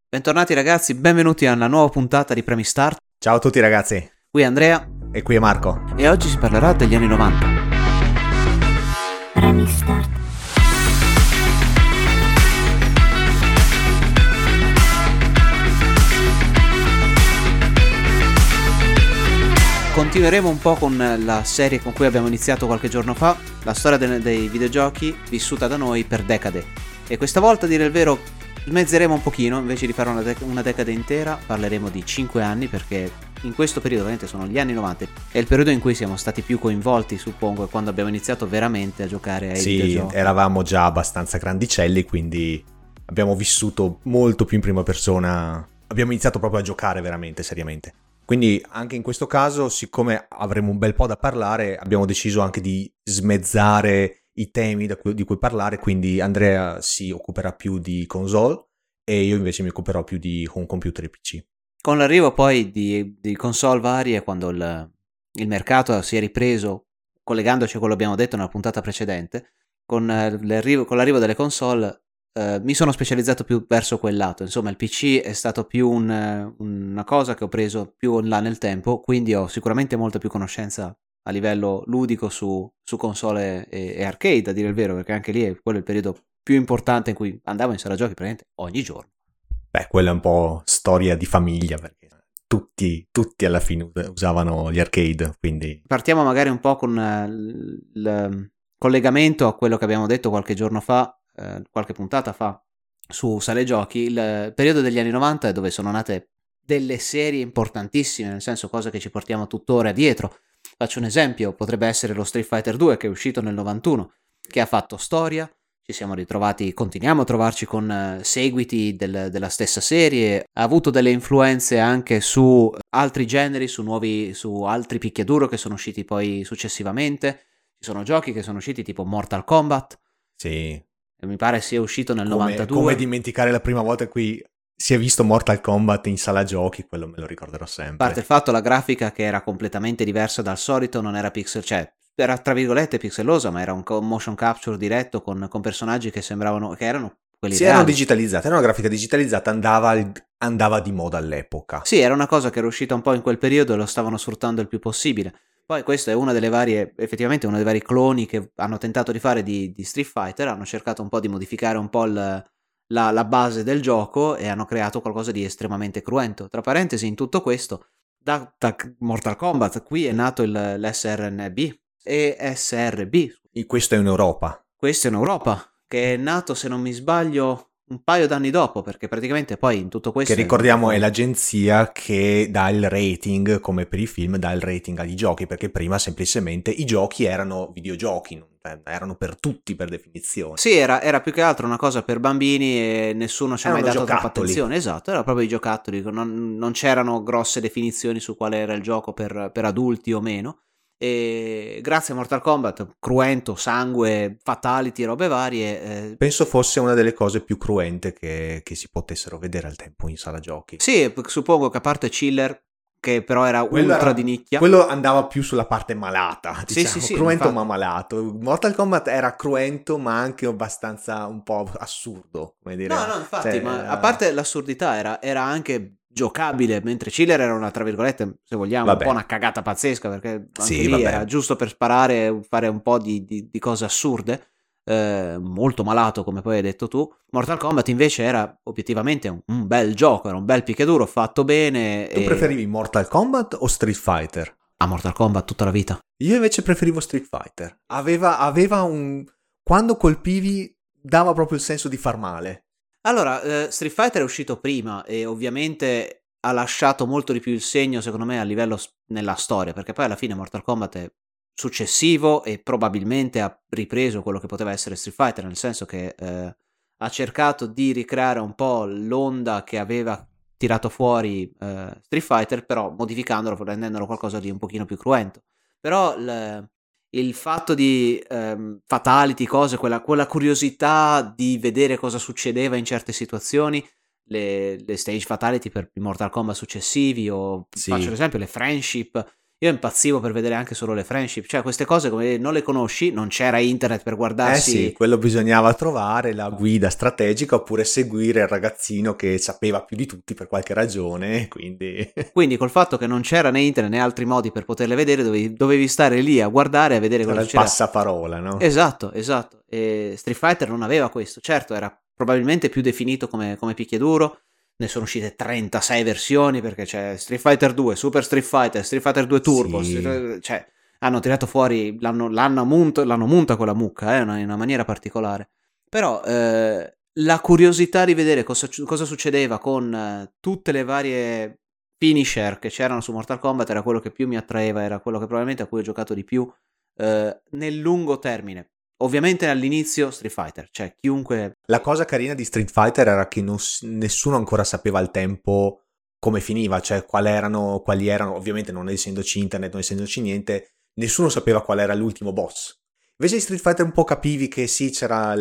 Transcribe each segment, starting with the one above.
Bentornati ragazzi, benvenuti alla nuova puntata di Premi Start. Ciao a tutti ragazzi, Qui è Andrea e qui è Marco. e oggi si parlerà degli anni 90. Premi Start. Continueremo un po' con la serie con cui abbiamo iniziato qualche giorno fa, la storia dei videogiochi vissuta da noi per decade. E questa volta, a dire il vero, smezzeremo un pochino, invece di fare una decade intera, parleremo di 5 anni, perché in questo periodo veramente sono gli anni 90, è il periodo in cui siamo stati più coinvolti, suppongo, e quando abbiamo iniziato veramente a giocare ai videogiochi. Sì, eravamo già abbastanza grandicelli, quindi abbiamo vissuto molto più in prima persona, abbiamo iniziato proprio a giocare veramente, seriamente. Quindi anche in questo caso, siccome avremo un bel po' da parlare, abbiamo deciso anche di smezzare i temi di cui parlare, quindi Andrea si occuperà più di console e io invece mi occuperò più di home computer e PC. Con l'arrivo poi di console varie, quando il mercato si è ripreso, collegandoci a quello che abbiamo detto nella puntata precedente, con l'arrivo delle console mi sono specializzato più verso quel lato. Insomma, il PC è stato più una cosa che ho preso più in là nel tempo, quindi ho sicuramente molta più conoscenza a livello ludico su console e arcade, a dire il vero, perché anche lì quello è il periodo più importante in cui andavo in sala giochi praticamente ogni giorno. Beh, quella è un po' storia di famiglia, perché tutti alla fine usavano gli arcade, quindi... Partiamo magari un po' con il collegamento a quello che abbiamo detto qualche giorno fa, qualche puntata fa, su Sale Giochi. Il periodo degli anni 90 è dove sono nate delle serie importantissime, nel senso cose che ci portiamo tuttora dietro. Faccio un esempio, potrebbe essere lo Street Fighter 2 che è uscito nel 91, che ha fatto storia. Ci siamo ritrovati, continuiamo a trovarci con seguiti della stessa serie, ha avuto delle influenze anche su altri generi, su altri picchiaduro che sono usciti poi successivamente. Ci sono giochi che sono usciti tipo Mortal Kombat, Sì. che mi pare sia uscito nel Come 92. dimenticare la prima volta in cui si è visto Mortal Kombat in sala giochi, quello me lo ricorderò A sempre. parte il fatto, la grafica che era completamente diversa dal solito, non era pixel, cioè era tra virgolette pixelosa, ma era un motion capture diretto con personaggi che sembravano, che erano quelli Sì, reali. erano digitalizzate, era una grafica digitalizzata, andava di moda all'epoca. Sì, era una cosa che era uscita un po' in quel periodo e lo stavano sfruttando il più possibile. Poi questo è una delle varie, effettivamente uno dei vari cloni che hanno tentato di fare di Street Fighter, hanno cercato un po' di modificare un po' la base del gioco e hanno creato qualcosa di estremamente cruento. Tra parentesi, in tutto questo, da Mortal Kombat qui è nato l'SRNB, ESRB. Questo è in Europa. Questo è in Europa, che è nato, se non mi sbaglio, un paio d'anni dopo, perché praticamente poi in tutto questo... Che ricordiamo è l'agenzia che dà il rating, come per i film, dà il rating agli giochi, perché prima semplicemente i giochi erano videogiochi, erano per tutti per definizione. Sì, era più che altro una cosa per bambini e nessuno ci ha mai dato troppa attenzione. Esatto, era proprio i giocattoli, non c'erano grosse definizioni su quale era il gioco per adulti o meno. E grazie a Mortal Kombat, cruento, sangue, fatality, robe varie. Penso fosse una delle cose più cruente che si potessero vedere al tempo in sala giochi. Sì, suppongo che a parte Chiller, che però era ultra di nicchia. Quello andava più sulla parte malata, diciamo, sì, cruento infatti. ma malato. Mortal Kombat era cruento ma anche abbastanza un po' assurdo, come dire. No, infatti, ma a parte l'assurdità era anche giocabile, mentre Chiller era una, tra virgolette, se vogliamo, Vabbè. un po' una cagata pazzesca, perché anche Sì, lì vabbè. era giusto per sparare, fare un po' di cose assurde, molto malato come poi hai detto tu. Mortal Kombat invece era obiettivamente un bel gioco, era un bel picchiaduro fatto bene. Tu preferivi Mortal Kombat o Street Fighter? A Mortal Kombat tutta la vita. Io invece preferivo Street Fighter. Aveva un... Quando colpivi dava proprio il senso di far male. Allora, Street Fighter è uscito prima e ovviamente ha lasciato molto di più il segno, secondo me, a livello nella storia, perché poi alla fine Mortal Kombat è successivo e probabilmente ha ripreso quello che poteva essere Street Fighter, nel senso che ha cercato di ricreare un po' l'onda che aveva tirato fuori Street Fighter, però modificandolo, rendendolo qualcosa di un pochino più cruento. Però il fatto di fatality, cose, quella curiosità di vedere cosa succedeva in certe situazioni, le stage fatality per i Mortal Kombat successivi, o Sì. faccio l'esempio le friendship io impazzivo per vedere anche solo le friendship, cioè queste cose come non le conosci, non c'era internet per guardarsi. Sì, quello bisognava trovare la guida strategica oppure seguire il ragazzino che sapeva più di tutti per qualche ragione, quindi... Quindi col fatto che non c'era né internet né altri modi per poterle vedere, dovevi stare lì a guardare, a vedere cosa Era il succedeva. passaparola, no? Esatto. E Street Fighter non aveva questo, certo era probabilmente più definito come picchiaduro. Ne sono uscite 36 versioni perché c'è Street Fighter 2, Super Street Fighter 2 Turbo, Sì. cioè hanno tirato fuori, l'hanno munta quella mucca, in una maniera particolare. Però la curiosità di vedere cosa succedeva con tutte le varie finisher che c'erano su Mortal Kombat era quello che più mi attraeva, era quello che probabilmente a cui ho giocato di più nel lungo termine. Ovviamente all'inizio Street Fighter, cioè chiunque... La cosa carina di Street Fighter era che nessuno ancora sapeva al tempo come finiva, cioè quali erano, ovviamente non essendoci internet, non essendoci niente, nessuno sapeva qual era l'ultimo boss. Invece di Street Fighter un po' capivi che sì, c'era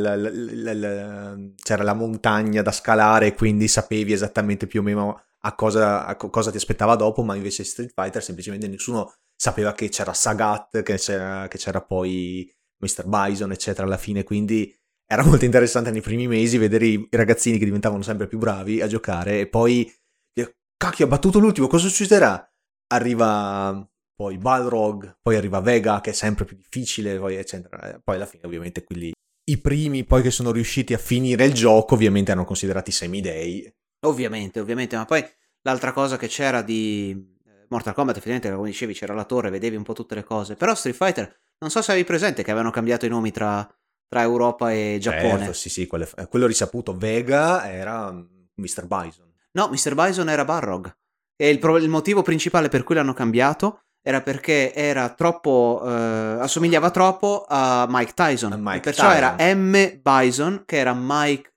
la montagna da scalare, quindi sapevi esattamente più o meno a cosa ti aspettava dopo, ma invece Street Fighter semplicemente nessuno sapeva che c'era Sagat, che c'era poi Mr. Bison, eccetera, alla fine, quindi era molto interessante nei primi mesi vedere i ragazzini che diventavano sempre più bravi a giocare e poi, cacchio, ha battuto l'ultimo, cosa succederà? Arriva poi Balrog, poi arriva Vega, che è sempre più difficile, poi eccetera. Poi alla fine ovviamente quelli, i primi poi che sono riusciti a finire il gioco, ovviamente erano considerati semidei. Ovviamente, ma poi l'altra cosa che c'era di Mortal Kombat, effettivamente, come dicevi, c'era la torre, vedevi un po' tutte le cose, però Street Fighter, non so se avevi presente che avevano cambiato i nomi tra Europa e Giappone. Certo, sì, quello risaputo. Vega era Mr. Bison. No, Mr. Bison era Balrog, e il motivo principale per cui l'hanno cambiato era perché era troppo assomigliava troppo a Mike Tyson, e perciò era M. Bison, che era Mike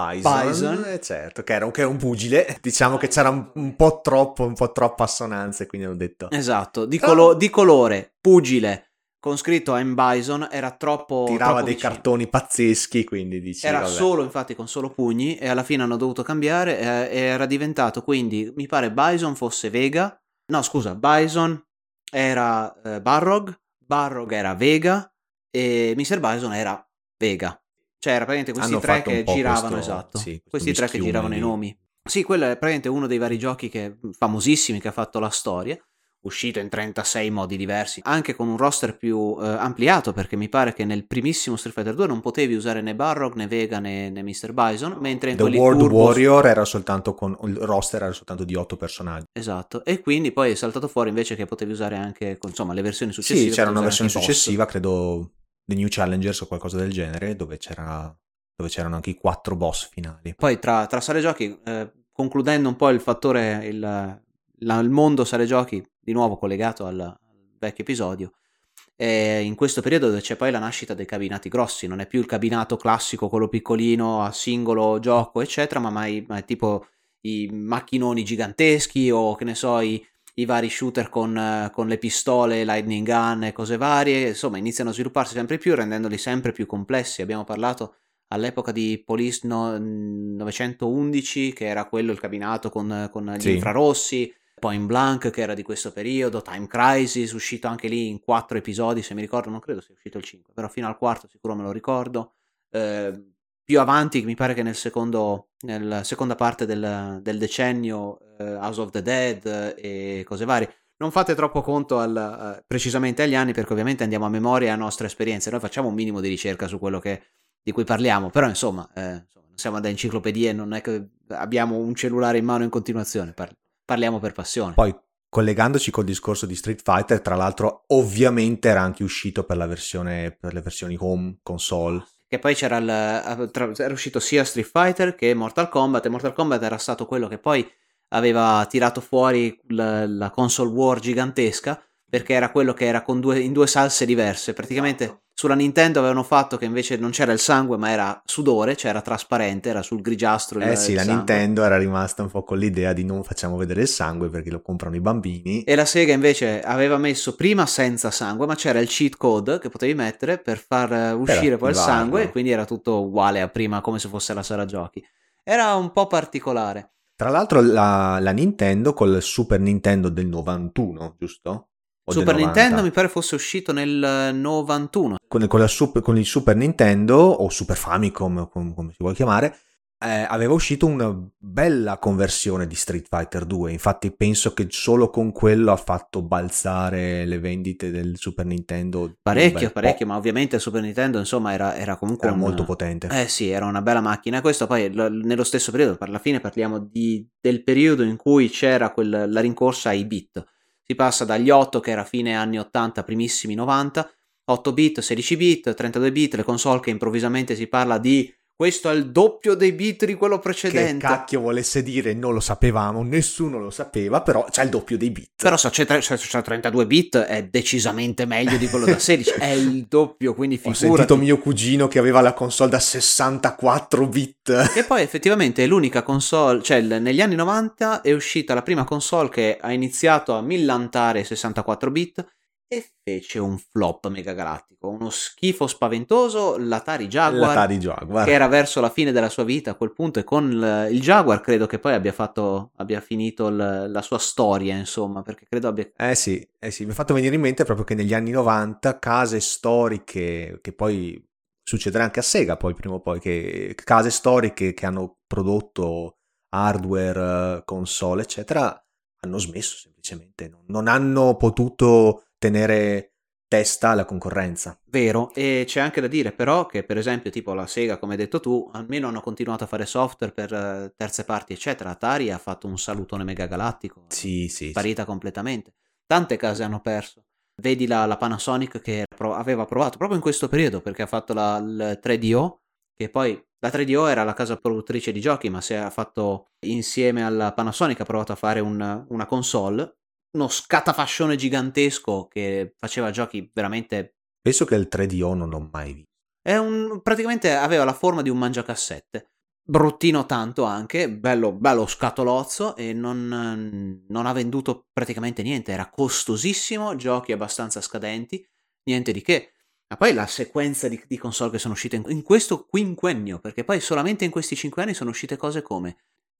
Bison. Certo, che era un pugile, diciamo che c'era un po' troppa assonanza, quindi hanno detto... Esatto, di colore, pugile, con scritto M. Bison, era troppo... Tirava dei vicino. Cartoni pazzeschi, quindi dici... Era vabbè. solo, infatti, con solo pugni, e alla fine hanno dovuto cambiare, e era diventato, quindi, mi pare Bison fosse Vega, no scusa, Bison era Balrog era Vega, e Mr. Bison era Vega. Cioè era praticamente questi tre che giravano, esatto. Sì, questi tre che giravano i nomi. Sì, quello è praticamente uno dei vari giochi famosissimi che ha fatto la storia, uscito in 36 modi diversi, anche con un roster più ampliato, perché mi pare che nel primissimo Street Fighter 2 non potevi usare né Balrog, né Vega, né Mr. Bison, mentre in The quelli World Turbo... Warrior era soltanto il roster era soltanto di 8 personaggi. Esatto, e quindi poi è saltato fuori invece che potevi usare anche, insomma, le versioni successive. Sì, c'era una versione successiva, credo The New Challengers o qualcosa del genere, dove c'erano anche i 4 boss finali. Poi tra sale giochi, concludendo un po' il fattore, il mondo sale giochi, di nuovo collegato al vecchio episodio, in questo periodo dove c'è poi la nascita dei cabinati grossi, non è più il cabinato classico, quello piccolino a singolo gioco, eccetera, ma è tipo i macchinoni giganteschi o che ne so, i vari shooter con le pistole, lightning gun e cose varie, insomma iniziano a svilupparsi sempre più, rendendoli sempre più complessi. Abbiamo parlato all'epoca di Police 911, che era quello il cabinato con gli infrarossi, Point Blank, che era di questo periodo, Time Crisis, uscito anche lì in 4 episodi, se mi ricordo, non credo sia uscito il 5, però fino al quarto sicuro me lo ricordo. Più avanti, mi pare che nella seconda parte del decennio, House of the Dead e cose varie. Non fate troppo conto precisamente agli anni, perché ovviamente andiamo a memoria e a nostre esperienze. Noi facciamo un minimo di ricerca su quello di cui parliamo, però insomma, non siamo da enciclopedie, non è che abbiamo un cellulare in mano in continuazione, parliamo per passione. Poi, collegandoci col discorso di Street Fighter, tra l'altro ovviamente era anche uscito per le versioni home, console. Che poi era uscito sia Street Fighter che Mortal Kombat, e Mortal Kombat era stato quello che poi aveva tirato fuori la console war gigantesca, perché era quello che era in due salse diverse. Praticamente sulla Nintendo avevano fatto che invece non c'era il sangue, ma era sudore, cioè era trasparente, era sul grigiastro la sangue. Nintendo era rimasta un po' con l'idea di non facciamo vedere il sangue perché lo comprano i bambini. E la Sega invece aveva messo prima senza sangue, ma c'era il cheat code che potevi mettere per far uscire poi il sangue, e quindi era tutto uguale a prima, come se fosse la sala giochi. Era un po' particolare. Tra l'altro la Nintendo col Super Nintendo del 91, giusto? o Super del Nintendo 90? mi pare fosse uscito nel 91. Con il Super Nintendo o Super Famicom, come si vuole chiamare, aveva uscito una bella conversione di Street Fighter 2. Infatti penso che solo con quello ha fatto balzare le vendite del Super Nintendo di un bel Parecchio, po'. ma ovviamente il Super Nintendo insomma era comunque Era molto potente. sì, era una bella macchina. Questo poi nello stesso periodo, per alla fine parliamo del periodo in cui c'era la rincorsa ai bit. Si passa dagli 8 che era fine anni 80, primissimi 90, 8 bit, 16 bit, 32 bit, le console che improvvisamente si parla di questo è il doppio dei bit di quello precedente. Che cacchio volesse dire, non lo sapevamo, nessuno lo sapeva, però c'è il doppio dei bit. Però se c'è 32 bit è decisamente meglio di quello da 16, è il doppio, quindi figurati. Ho sentito mio cugino che aveva la console da 64 bit. E poi effettivamente è l'unica console, cioè negli anni 90 è uscita la prima console che ha iniziato a millantare 64 bit e fece un flop megagalattico, uno schifo spaventoso, l'Atari Jaguar, che era verso la fine della sua vita a quel punto, e con il Jaguar credo che poi abbia finito la sua storia, insomma, perché credo abbia... Sì, mi ha fatto venire in mente proprio che negli anni 90 case storiche, che poi succederà anche a Sega poi prima o poi, che case storiche che hanno prodotto hardware, console, eccetera, hanno smesso semplicemente, non hanno potuto tenere testa alla concorrenza. Vero, e c'è anche da dire però che per esempio tipo la Sega, come hai detto tu, almeno hanno continuato a fare software per terze parti eccetera. Atari ha fatto un salutone megagalattico, Sì. sparita completamente, tante case hanno perso. Vedi la Panasonic che aveva provato proprio in questo periodo, perché ha fatto il 3DO, che poi la 3DO era la casa produttrice di giochi, ma si è fatto insieme alla Panasonic, ha provato a fare una console, uno scatafascione gigantesco che faceva giochi veramente... Penso che il 3DO non l'ho mai visto. praticamente aveva la forma di un mangiacassette, bruttino tanto anche, bello scatolozzo, e non ha venduto praticamente niente, era costosissimo, giochi abbastanza scadenti, niente di che. Ma poi la sequenza di console che sono uscite in questo quinquennio, perché poi solamente in questi 5 anni sono uscite cose come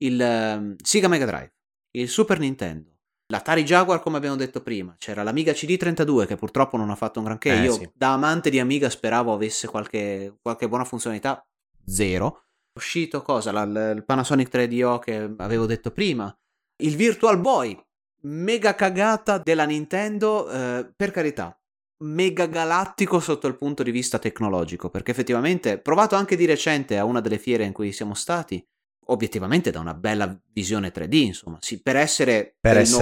il Sega Mega Drive, il Super Nintendo, l'Atari Jaguar, come abbiamo detto prima, c'era l'Amiga CD32 che purtroppo non ha fatto un granché. Io Sì. da amante di Amiga speravo avesse qualche buona funzionalità. Zero. È uscito cosa? Il Panasonic 3DO che avevo detto prima, il Virtual Boy, mega cagata della Nintendo, per carità, mega galattico sotto il punto di vista tecnologico, perché effettivamente, provato anche di recente a una delle fiere in cui siamo stati, obiettivamente da una bella visione 3D, insomma, sì, per essere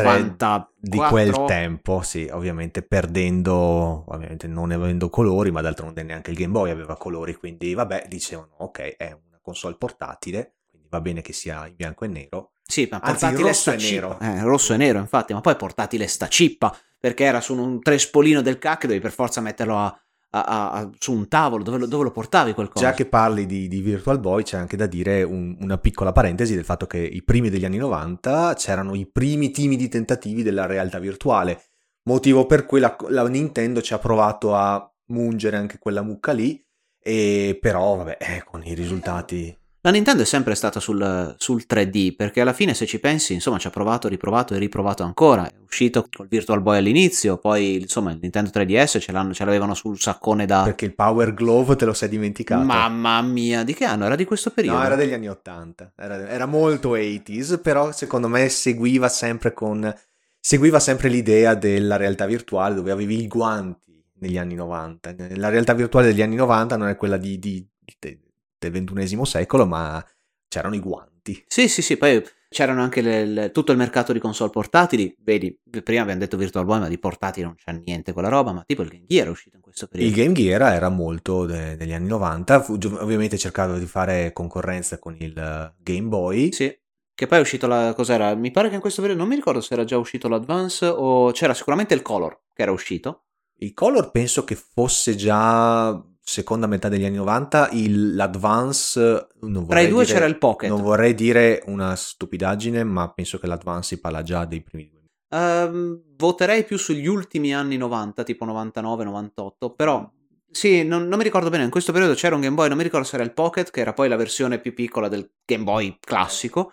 94 di quel tempo, sì, ovviamente ovviamente non avendo colori, ma d'altronde neanche il Game Boy aveva colori, quindi vabbè, dicevano ok, è una console portatile, quindi va bene che sia in bianco e nero. Sì, ma anzi, portatile rosso sta e nero. Rosso e nero, infatti, ma poi portatile sta cippa, perché era su un trespolino del cacchio, devi per forza metterlo su un tavolo, dove lo portavi qualcosa? Già che parli di Virtual Boy, c'è anche da dire una piccola parentesi del fatto che i primi degli anni 90 c'erano i primi timidi tentativi della realtà virtuale, motivo per cui la Nintendo ci ha provato a mungere anche quella mucca lì, e però vabbè, con i risultati... La Nintendo è sempre stata sul 3D, perché alla fine, se ci pensi, insomma, ci ha provato, riprovato e riprovato ancora. È uscito col Virtual Boy all'inizio, poi insomma il Nintendo 3DS ce l'avevano sul saccone da... Perché il Power Glove te lo sei dimenticato. Mamma mia, di che anno? Era di questo periodo? No, era degli anni 80, era molto 80s, però secondo me seguiva sempre l'idea della realtà virtuale, dove avevi i guanti negli anni 90. La realtà virtuale degli anni 90 non è quella del XXI secolo, ma c'erano i guanti. Sì, poi c'erano anche tutto il mercato di console portatili. Vedi, prima abbiamo detto Virtual Boy, ma di portatili non c'è niente quella roba, ma tipo il Game Gear è uscito in questo periodo. Il Game Gear era molto degli anni 90, ovviamente cercava di fare concorrenza con il Game Boy. Sì, che poi è uscito cos'era? Mi pare che in questo periodo, non mi ricordo se era già uscito l'Advance o c'era sicuramente il Color che era uscito. Il Color penso che fosse già seconda metà degli anni 90, l'Advance... Tra i due c'era il Pocket. Non vorrei dire una stupidaggine, ma penso che l'Advance si parla già dei primi due. Voterei più sugli ultimi anni 90, tipo 99-98, però sì, non mi ricordo bene, in questo periodo c'era un Game Boy, non mi ricordo se era il Pocket, che era poi la versione più piccola del Game Boy classico,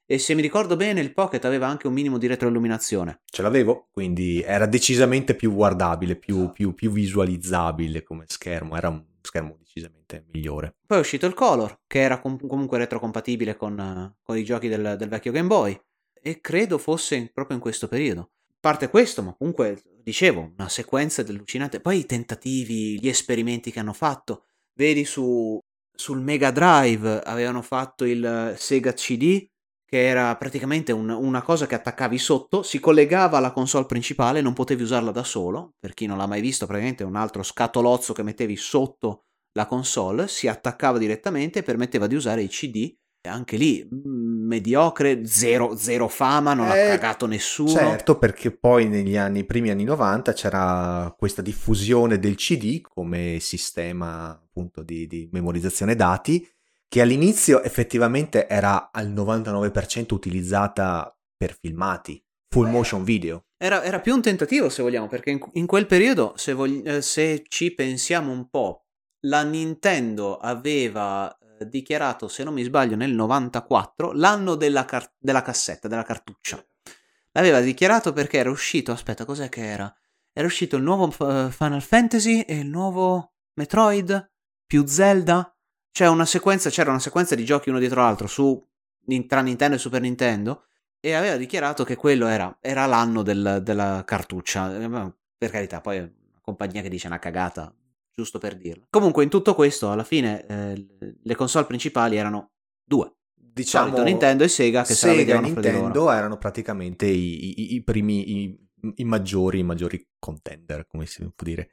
e se mi ricordo bene il Pocket aveva anche un minimo di retroilluminazione. Ce l'avevo, quindi era decisamente più guardabile, più visualizzabile come schermo, era un schermo decisamente migliore. Poi è uscito il Color, che era comunque retrocompatibile con i giochi del vecchio Game Boy, e credo fosse proprio in questo periodo. A parte questo, ma comunque, dicevo, una sequenza allucinante. Poi i tentativi, gli esperimenti che hanno fatto, vedi sul Mega Drive avevano fatto il Sega CD, che era praticamente una cosa che attaccavi sotto, si collegava alla console principale, non potevi usarla da solo, per chi non l'ha mai visto, praticamente un altro scatolozzo che mettevi sotto la console, si attaccava direttamente e permetteva di usare i CD. E anche lì, mediocre, zero fama, non ha cagato nessuno. Certo, perché poi negli primi anni 90 c'era questa diffusione del CD come sistema appunto di memorizzazione dati, che all'inizio effettivamente era al 99% utilizzata per filmati, full motion video. Era più un tentativo, se vogliamo, perché in quel periodo, se ci pensiamo un po', la Nintendo aveva dichiarato, se non mi sbaglio, nel 94, l'anno della cassetta, della cartuccia. L'aveva dichiarato perché era uscito, aspetta, cos'è che era? Era uscito il nuovo Final Fantasy e il nuovo Metroid più Zelda. C'era una sequenza di giochi uno dietro l'altro tra Nintendo e Super Nintendo, e aveva dichiarato che quello era l'anno della cartuccia. Per carità, poi è una compagnia che dice una cagata, giusto per dirlo. Comunque, in tutto questo, alla fine, le console principali erano due. Diciamo Solito Nintendo e Sega, che se la vedevano fra di loro. Nintendo erano praticamente i primi, i maggiori contender, come si può dire.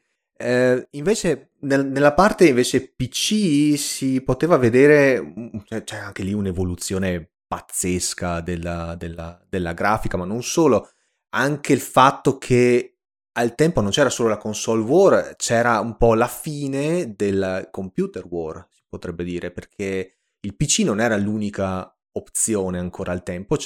Invece nella parte invece PC si poteva vedere, c'è anche lì un'evoluzione pazzesca della grafica, ma non solo, anche il fatto che al tempo non c'era solo la console war, c'era un po' la fine del computer war, si potrebbe dire, perché il PC non era l'unica opzione ancora al tempo,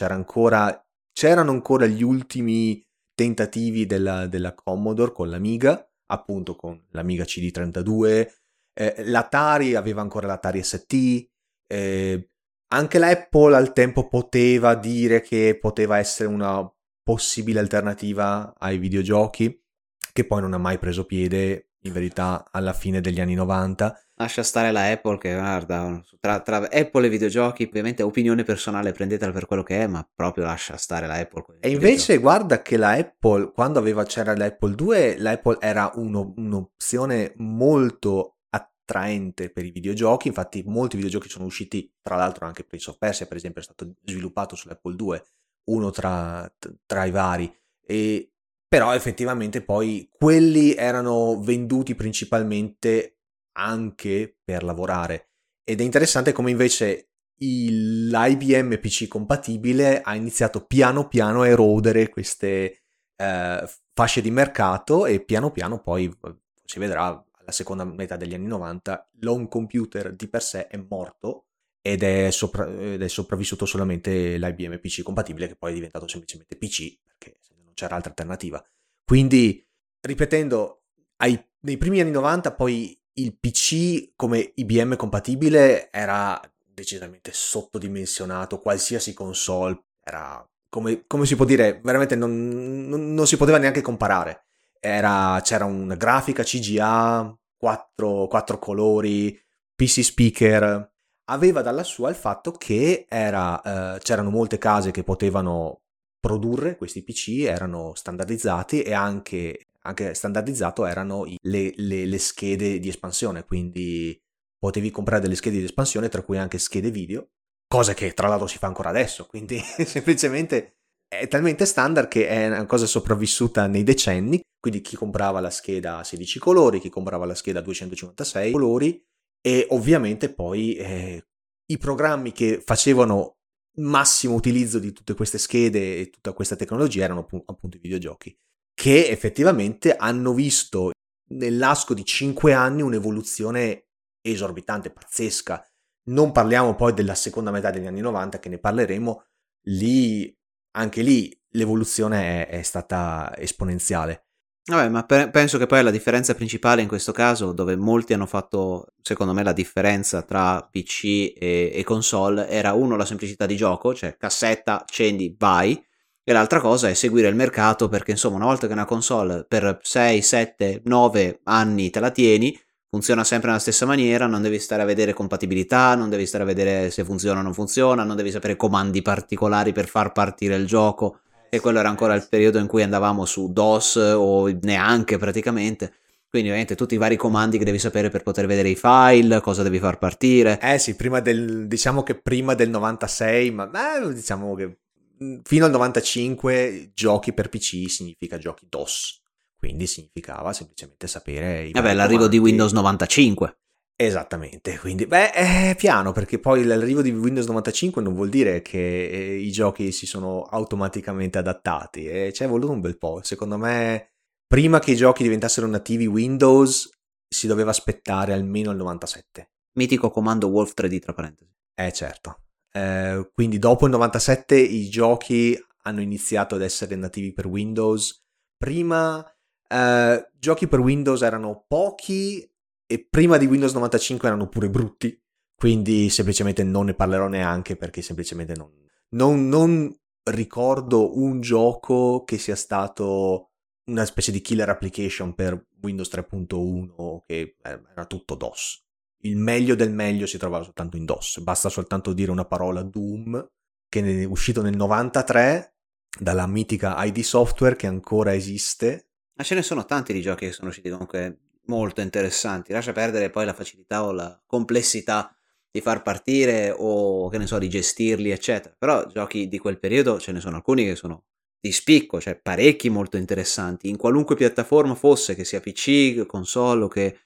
c'erano ancora gli ultimi tentativi della Commodore con l'Amiga, appunto con l'Amiga CD32, l'Atari aveva ancora l'Atari ST, anche l'Apple al tempo poteva dire che poteva essere una possibile alternativa ai videogiochi, che poi non ha mai preso piede, in verità, alla fine degli anni 90. Lascia stare la Apple, che guarda, tra Apple e videogiochi, ovviamente opinione personale, prendetela per quello che è, ma proprio lascia stare la Apple. E invece guarda che la Apple, quando c'era l'Apple 2, l'Apple era un'opzione molto attraente per i videogiochi, infatti molti videogiochi sono usciti, tra l'altro anche Prince of Persia per esempio è stato sviluppato sull'Apple 2, uno tra i vari, però effettivamente poi quelli erano venduti principalmente anche per lavorare, ed è interessante come invece l'IBM PC compatibile ha iniziato piano piano a erodere queste fasce di mercato, e piano piano poi si vedrà alla seconda metà degli anni 90 l'home computer di per sé è morto ed è sopravvissuto solamente l'IBM PC compatibile, che poi è diventato semplicemente PC perché non c'era altra alternativa. Quindi, ripetendo, nei primi anni 90 poi il PC come IBM compatibile era decisamente sottodimensionato, qualsiasi console era, come si può dire, veramente non si poteva neanche comparare. C'era una grafica CGA, 4 colori, PC speaker. Aveva dalla sua il fatto che c'erano molte case che potevano produrre questi PC, erano standardizzati, e anche standardizzato erano le schede di espansione, quindi potevi comprare delle schede di espansione, tra cui anche schede video, cosa che tra l'altro si fa ancora adesso, quindi semplicemente è talmente standard che è una cosa sopravvissuta nei decenni. Quindi chi comprava la scheda a 16 colori, chi comprava la scheda a 256 colori, e ovviamente poi i programmi che facevano massimo utilizzo di tutte queste schede e tutta questa tecnologia erano appunto i videogiochi, che effettivamente hanno visto nell'arco di 5 anni un'evoluzione esorbitante, pazzesca. Non parliamo poi della seconda metà degli anni 90, che ne parleremo, anche lì l'evoluzione è stata esponenziale. Vabbè, ma penso che poi la differenza principale in questo caso, dove molti hanno fatto, secondo me, la differenza tra PC e console, era uno la semplicità di gioco, cioè cassetta, accendi, vai, e l'altra cosa è seguire il mercato, perché insomma una volta che una console per 6, 7, 9 anni te la tieni, funziona sempre nella stessa maniera, non devi stare a vedere compatibilità, non devi stare a vedere se funziona o non funziona, non devi sapere comandi particolari per far partire il gioco, e quello era ancora il periodo in cui andavamo su DOS o neanche praticamente, quindi ovviamente tutti i vari comandi che devi sapere per poter vedere i file, cosa devi far partire. Sì, diciamo che prima del 96, ma diciamo che fino al 95 giochi per PC significa giochi DOS, quindi significava semplicemente sapere i Vabbè, vari l'arrivo comandi. di Windows 95. Esattamente, quindi è piano, perché poi l'arrivo di Windows 95 non vuol dire che i giochi si sono automaticamente adattati, e ci è voluto un bel po'. Secondo me, prima che i giochi diventassero nativi Windows, si doveva aspettare almeno il 97. Mitico comando Wolf 3D tra parentesi. Certo. Quindi dopo il 97 i giochi hanno iniziato ad essere nativi per Windows. Prima giochi per Windows erano pochi, e prima di Windows 95 erano pure brutti, quindi semplicemente non ne parlerò neanche, perché semplicemente non ricordo un gioco che sia stato una specie di killer application per Windows 3.1 che era tutto DOS. Il meglio del meglio si trovava soltanto in DOS, basta soltanto dire una parola Doom, che è uscito nel 93 dalla mitica ID Software, che ancora esiste. Ma ce ne sono tanti di giochi che sono usciti comunque molto interessanti, lascia perdere poi la facilità o la complessità di far partire o che ne so di gestirli eccetera, però giochi di quel periodo ce ne sono alcuni che sono di spicco, cioè parecchi molto interessanti in qualunque piattaforma fosse, che sia PC, console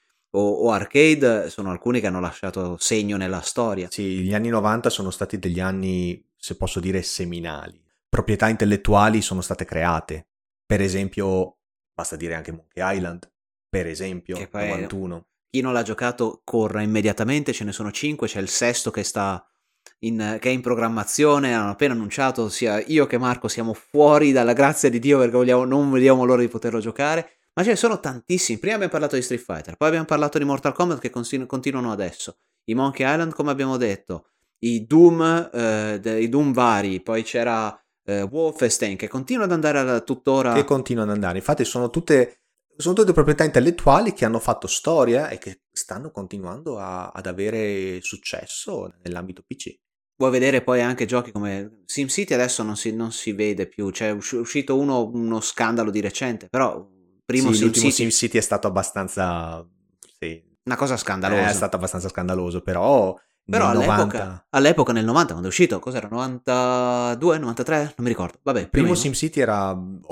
o arcade, sono alcuni che hanno lasciato segno nella storia. Sì, gli anni 90 sono stati degli anni, se posso dire, seminali. Proprietà intellettuali sono state create, per esempio, basta dire anche Monkey Island, per esempio, Che poi 91. chi non l'ha giocato corra immediatamente, ce ne sono 5, c'è il sesto che che è in programmazione, hanno appena annunciato, sia io che Marco siamo fuori dalla grazia di Dio perché non vediamo l'ora di poterlo giocare, ma ce ne sono tantissimi. Prima abbiamo parlato di Street Fighter, poi abbiamo parlato di Mortal Kombat che continuano adesso, i Monkey Island come abbiamo detto, i Doom, i Doom vari, poi c'era Wolfenstein che continua ad andare tuttora. Che continuano ad andare, infatti sono tutte proprietà intellettuali che hanno fatto storia e che stanno continuando ad avere successo nell'ambito PC. Vuoi vedere poi anche giochi come SimCity, adesso non si vede più, c'è uscito uno scandalo di recente, però Sì, l'ultimo SimCity è stato abbastanza, sì, una cosa scandalosa. È stato abbastanza scandaloso, però all'epoca nel 90 quando è uscito, cos'era, 92, 93? Non mi ricordo, vabbè. Il primo SimCity era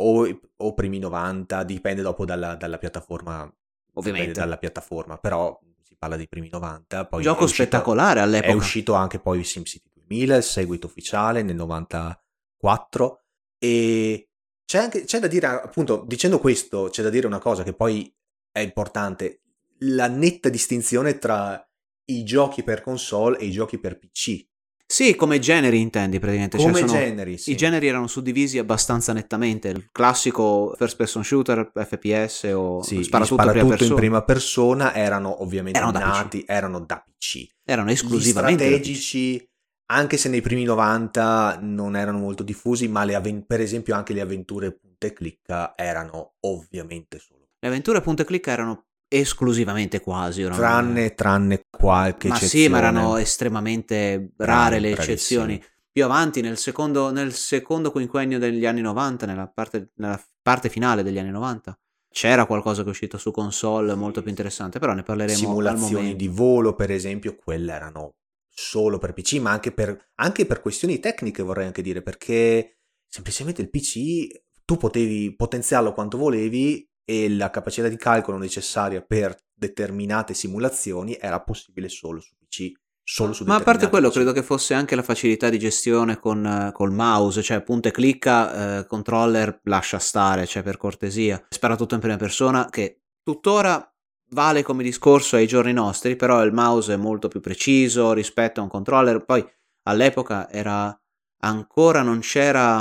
o primi 90, dipende dopo dalla piattaforma, ovviamente. Dalla piattaforma, però si parla di primi 90. Poi gioco spettacolare all'epoca. È uscito anche poi SimCity 2000, il seguito ufficiale nel 94, e c'è da dire, appunto, dicendo questo, c'è da dire una cosa che poi è importante, la netta distinzione tra i giochi per console e i giochi per PC. Sì, come generi intendi praticamente. Come generi, sì. I generi erano suddivisi abbastanza nettamente. Il classico first person shooter, FPS o sì, sparatutto in prima persona erano ovviamente erano da PC. Erano esclusivamente gli strategici, anche se nei primi 90 non erano molto diffusi, ma per esempio anche le avventure punta e clicca erano ovviamente solo. Le avventure punta e clicca erano esclusivamente quasi tranne qualche eccezione. Sì, ma erano estremamente rare le eccezioni. Più avanti nel secondo quinquennio degli anni 90, nella parte finale degli anni 90, c'era qualcosa che è uscito su console molto più interessante, però ne parleremo simulazioni al momento. di volo, per esempio, quelle erano solo per PC, ma anche per questioni tecniche, vorrei anche dire, perché semplicemente il PC tu potevi potenziarlo quanto volevi e la capacità di calcolo necessaria per determinate simulazioni era possibile solo su PC. Ma a parte quello, credo che fosse anche la facilità di gestione col mouse, cioè punta e clicca, controller lascia stare, cioè per cortesia. Spara tutto in prima persona, che tuttora vale come discorso ai giorni nostri, però il mouse è molto più preciso rispetto a un controller. Poi all'epoca non c'era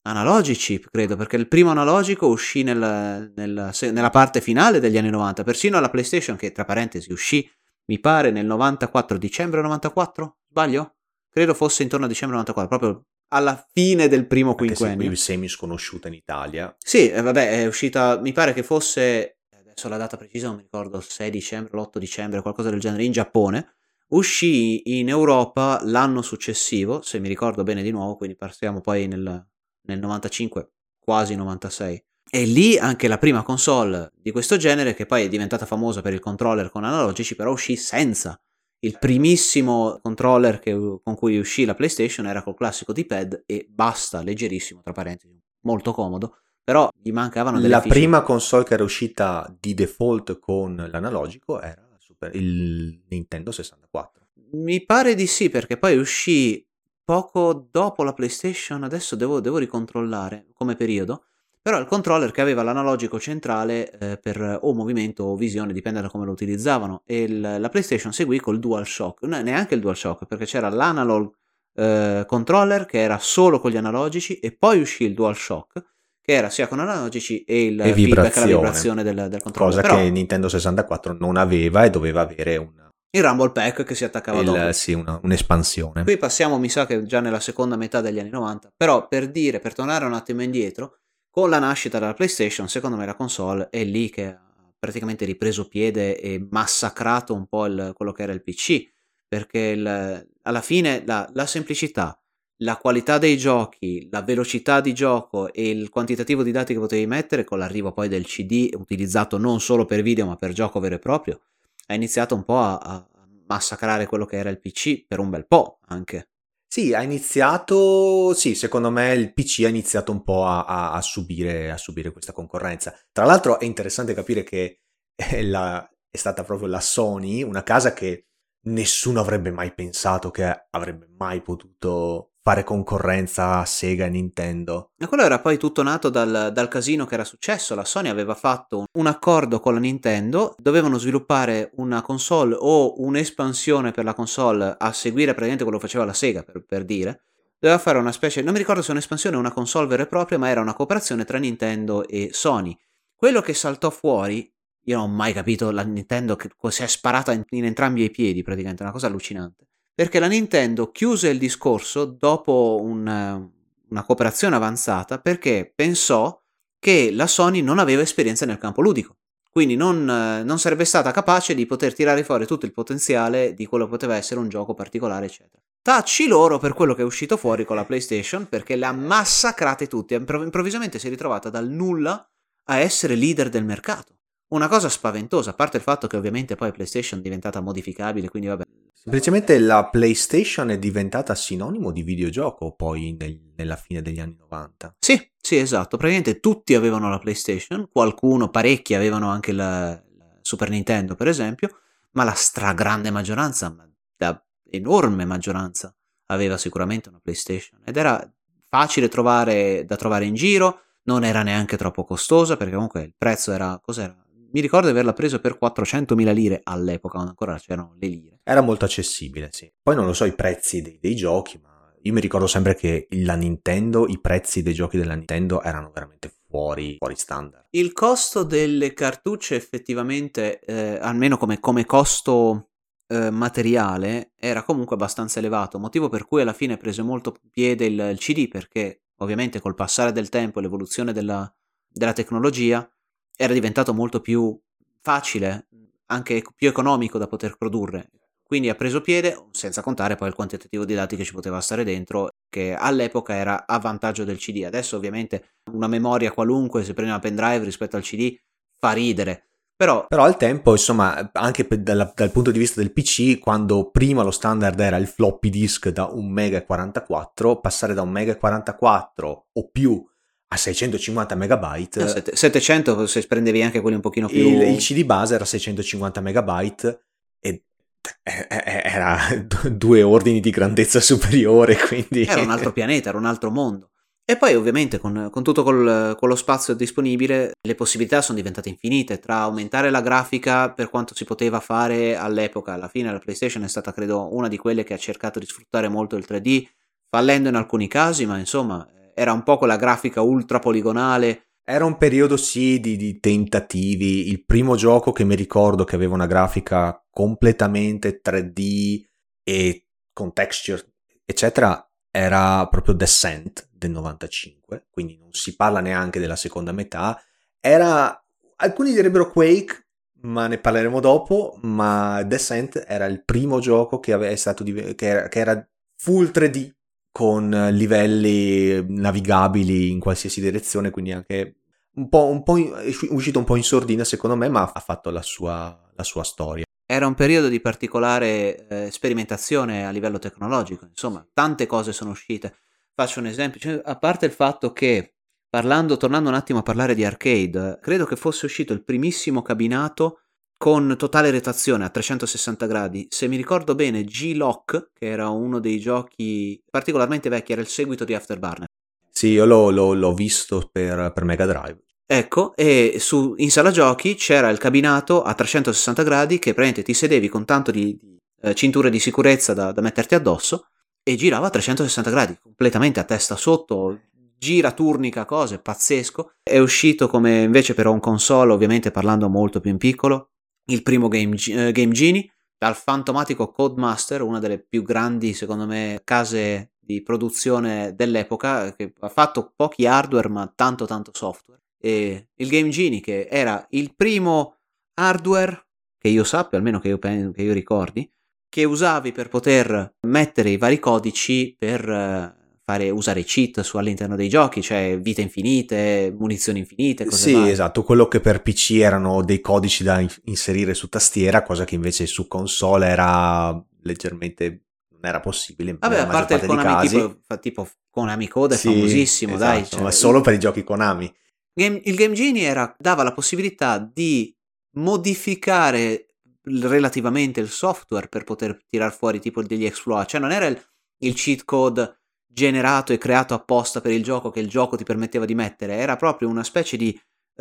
analogici, credo, perché il primo analogico uscì nella parte finale degli anni 90, persino la PlayStation, che tra parentesi uscì, mi pare, nel 94, dicembre 94, sbaglio? Credo fosse intorno a dicembre 94, proprio alla fine del primo quinquennio. Anche se qui semi sconosciuta in Italia. Sì, vabbè, è uscita, mi pare che fosse, adesso la data precisa non mi ricordo, il 6 dicembre, l'8 dicembre, qualcosa del genere, in Giappone. Uscì in Europa l'anno successivo, se mi ricordo bene di nuovo, quindi passiamo poi nel 95, quasi 96. E lì anche la prima console di questo genere, che poi è diventata famosa per il controller con analogici, però uscì senza. Il primissimo controller con cui uscì la PlayStation era col classico D-pad e basta, leggerissimo, tra parentesi, molto comodo, però gli mancavano delle La feature. prima console che era uscita di default con l'analogico era il Nintendo 64. Mi pare di sì, perché poi uscì poco dopo la PlayStation, adesso devo ricontrollare come periodo, però il controller che aveva l'analogico centrale per o movimento o visione, dipende da come lo utilizzavano, e la PlayStation seguì col DualShock, neanche il DualShock, perché c'era l'analog controller che era solo con gli analogici, e poi uscì il DualShock che era sia con analogici e il feedback alla vibrazione del controller. Cosa però che Nintendo 64 non aveva e doveva avere il Rumble Pack che si attaccava dopo. Sì, un'espansione. Qui passiamo, mi sa che già nella seconda metà degli anni 90, però per tornare un attimo indietro, con la nascita della PlayStation, secondo me la console è lì che ha praticamente ripreso piede e massacrato un po' quello che era il PC, perché alla fine la semplicità, la qualità dei giochi, la velocità di gioco e il quantitativo di dati che potevi mettere, con l'arrivo poi del CD, utilizzato non solo per video ma per gioco vero e proprio, ha iniziato un po' a massacrare quello che era il PC per un bel po' anche. Sì, secondo me il PC ha iniziato un po' a subire questa concorrenza. Tra l'altro è interessante capire che è stata proprio la Sony, una casa che nessuno avrebbe mai pensato che avrebbe mai potuto fare concorrenza a Sega e Nintendo. E quello era poi tutto nato dal casino che era successo. La Sony aveva fatto un accordo con la Nintendo, dovevano sviluppare una console o un'espansione per la console a seguire praticamente quello che faceva la Sega, per dire. Doveva fare una specie, non mi ricordo se un'espansione o una console vera e propria, ma era una cooperazione tra Nintendo e Sony. Quello che saltò fuori, io non ho mai capito la Nintendo che si è sparata in entrambi i piedi, praticamente, una cosa allucinante. Perché la Nintendo chiuse il discorso dopo una cooperazione avanzata, perché pensò che la Sony non aveva esperienza nel campo ludico, quindi non sarebbe stata capace di poter tirare fuori tutto il potenziale di quello che poteva essere un gioco particolare, eccetera. Tacci loro per quello che è uscito fuori con la PlayStation, perché le ha massacrate tutte. Improvvisamente si è ritrovata dal nulla a essere leader del mercato. Una cosa spaventosa, a parte il fatto che ovviamente poi PlayStation è diventata modificabile, quindi vabbè. Semplicemente la PlayStation è diventata sinonimo di videogioco poi nella fine degli anni 90. Sì, esatto. Praticamente tutti avevano la PlayStation, parecchi avevano anche la Super Nintendo, per esempio, ma la stragrande maggioranza, la enorme maggioranza, aveva sicuramente una PlayStation. Ed era facile da trovare in giro, non era neanche troppo costosa, perché comunque il prezzo era, cos'era? Mi ricordo di averla preso per 400.000 lire all'epoca, quando ancora c'erano le lire. Era molto accessibile, sì. Poi non lo so i prezzi dei giochi, ma io mi ricordo sempre che la Nintendo, i prezzi dei giochi della Nintendo erano veramente fuori standard. Il costo delle cartucce effettivamente, almeno come costo materiale, era comunque abbastanza elevato, motivo per cui alla fine prese molto piede il CD, perché ovviamente col passare del tempo e l'evoluzione della tecnologia era diventato molto più facile, anche più economico da poter produrre. Quindi ha preso piede, senza contare poi il quantitativo di dati che ci poteva stare dentro, che all'epoca era a vantaggio del CD. Adesso ovviamente una memoria qualunque, se prendi una pendrive rispetto al CD, fa ridere. Però al tempo, insomma, anche dal punto di vista del PC, quando prima lo standard era il floppy disk da 1,44 MB, passare da 1,44 MB o più a 650 MB. 700 se prendevi anche quelli un pochino più. Il CD base era 650 MB e era 2 ordini di grandezza superiore, quindi era un altro pianeta, era un altro mondo. E poi ovviamente con tutto con lo spazio disponibile le possibilità sono diventate infinite, tra aumentare la grafica per quanto si poteva fare all'epoca. Alla fine la PlayStation è stata credo una di quelle che ha cercato di sfruttare molto il 3D, fallendo in alcuni casi, ma insomma era un po' quella grafica ultra poligonale. Era un periodo sì di tentativi. Il primo gioco che mi ricordo che aveva una grafica completamente 3D e con texture eccetera era proprio Descent del 95, quindi non si parla neanche della seconda metà. Alcuni direbbero Quake, ma ne parleremo dopo. Ma Descent era il primo gioco che che era full 3D con livelli navigabili in qualsiasi direzione, quindi anche è uscito un po' in sordina secondo me, ma ha fatto la sua storia. Era un periodo di particolare sperimentazione a livello tecnologico, insomma, tante cose sono uscite. Faccio un esempio, cioè, a parte il fatto che, tornando un attimo a parlare di arcade, credo che fosse uscito il primissimo cabinato con totale rotazione a 360 gradi. Se mi ricordo bene, G-Lock, che era uno dei giochi particolarmente vecchi, era il seguito di Afterburner. Sì, io l'ho visto per Mega Drive. Ecco, e in sala giochi c'era il cabinato a 360 gradi che praticamente ti sedevi con tanto di cinture di sicurezza da metterti addosso e girava a 360 gradi, completamente a testa sotto, gira, turnica, cose, pazzesco. È uscito come invece per un console, ovviamente parlando molto più in piccolo, il primo Game Genie, dal fantomatico Codemaster, una delle più grandi, secondo me, case di produzione dell'epoca, che ha fatto pochi hardware ma tanto software. E il Game Genie, che era il primo hardware che io sappia, almeno che io ricordi, che usavi per poter mettere i vari codici per usare i cheat all'interno dei giochi, cioè vite infinite, munizioni infinite, cose sì, varie. Esatto, quello che per PC erano dei codici da inserire su tastiera, cosa che invece su console era leggermente non era possibile. Vabbè, a parte il Konami, tipo Konami Code è sì, famosissimo, esatto, dai. Cioè, ma solo per i giochi Konami. Il Game Genie dava la possibilità di modificare relativamente il software per poter tirar fuori tipo degli exploit, cioè non era il cheat code generato e creato apposta per il gioco che il gioco ti permetteva di mettere, era proprio una specie di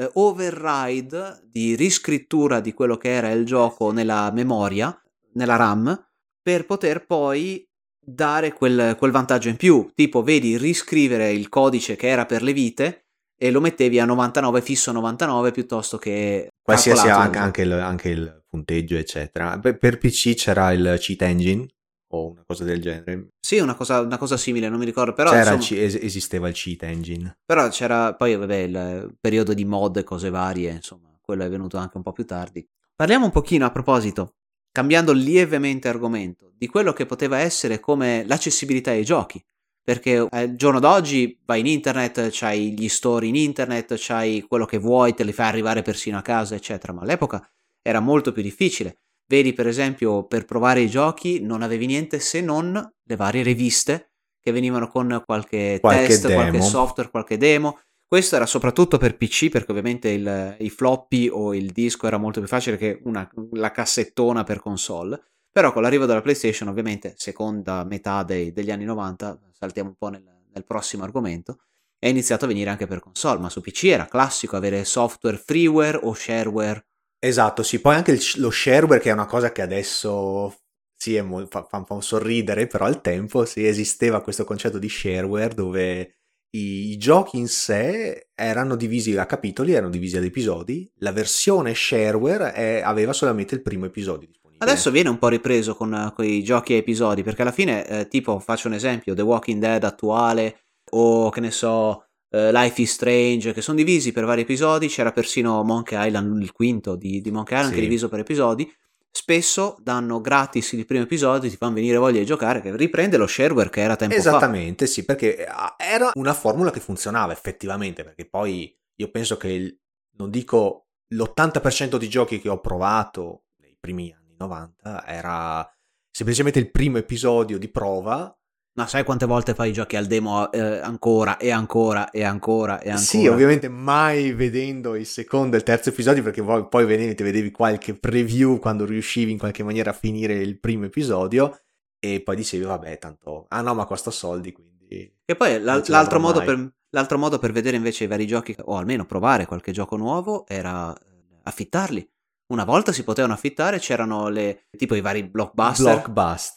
override, di riscrittura di quello che era il gioco nella memoria, nella RAM, per poter poi dare quel vantaggio in più, tipo vedi riscrivere il codice che era per le vite e lo mettevi a 99, fisso 99, piuttosto che qualsiasi anche il punteggio eccetera. Per PC c'era il cheat engine o una cosa del genere. Sì, una cosa simile, non mi ricordo, però esisteva il cheat engine. Però c'era poi vabbè il periodo di mod e cose varie, insomma, quello è venuto anche un po' più tardi. Parliamo un pochino a proposito, cambiando lievemente argomento, di quello che poteva essere come l'accessibilità ai giochi. Perché al giorno d'oggi vai in internet, c'hai gli store in internet, c'hai quello che vuoi, te li fai arrivare persino a casa, eccetera. Ma all'epoca era molto più difficile. Vedi, per esempio, per provare i giochi non avevi niente se non le varie riviste che venivano con qualche test, demo. Qualche software, qualche demo. Questo era soprattutto per PC, perché ovviamente i floppy o il disco era molto più facile che la cassettona per console. Però con l'arrivo della PlayStation, ovviamente, seconda metà degli anni 90, saltiamo un po' nel prossimo argomento, è iniziato a venire anche per console, ma su PC era classico avere software freeware o shareware. Esatto, sì, poi anche lo shareware, che è una cosa che adesso sì, fa un po' sorridere, però al tempo sì, esisteva questo concetto di shareware dove i giochi in sé erano divisi a capitoli, erano divisi ad episodi. La versione shareware aveva solamente il primo episodio disponibile. Adesso viene un po' ripreso con i giochi a episodi, perché alla fine, tipo, faccio un esempio, The Walking Dead attuale, o che ne so, Life is Strange, che sono divisi per vari episodi. C'era persino Monkey Island, il quinto di Monkey Island, che è diviso per episodi. Spesso danno gratis il primo episodio, ti fanno venire voglia di giocare, che riprende lo shareware che era tempo fa. Esattamente, sì, perché era una formula che funzionava effettivamente, perché poi io penso che, non dico l'80% di giochi che ho provato nei primi anni 90 era semplicemente il primo episodio di prova. Ma sai quante volte fai i giochi al demo ancora e ancora e ancora e ancora? Sì, ovviamente mai vedendo il secondo e il terzo episodio, perché poi vedevi qualche preview quando riuscivi in qualche maniera a finire il primo episodio e poi dicevi vabbè tanto, ah no ma costa soldi, quindi... E poi l'altro modo per vedere invece i vari giochi, o almeno provare qualche gioco nuovo, era affittarli. una volta si potevano affittare, c'erano tipo i vari blockbuster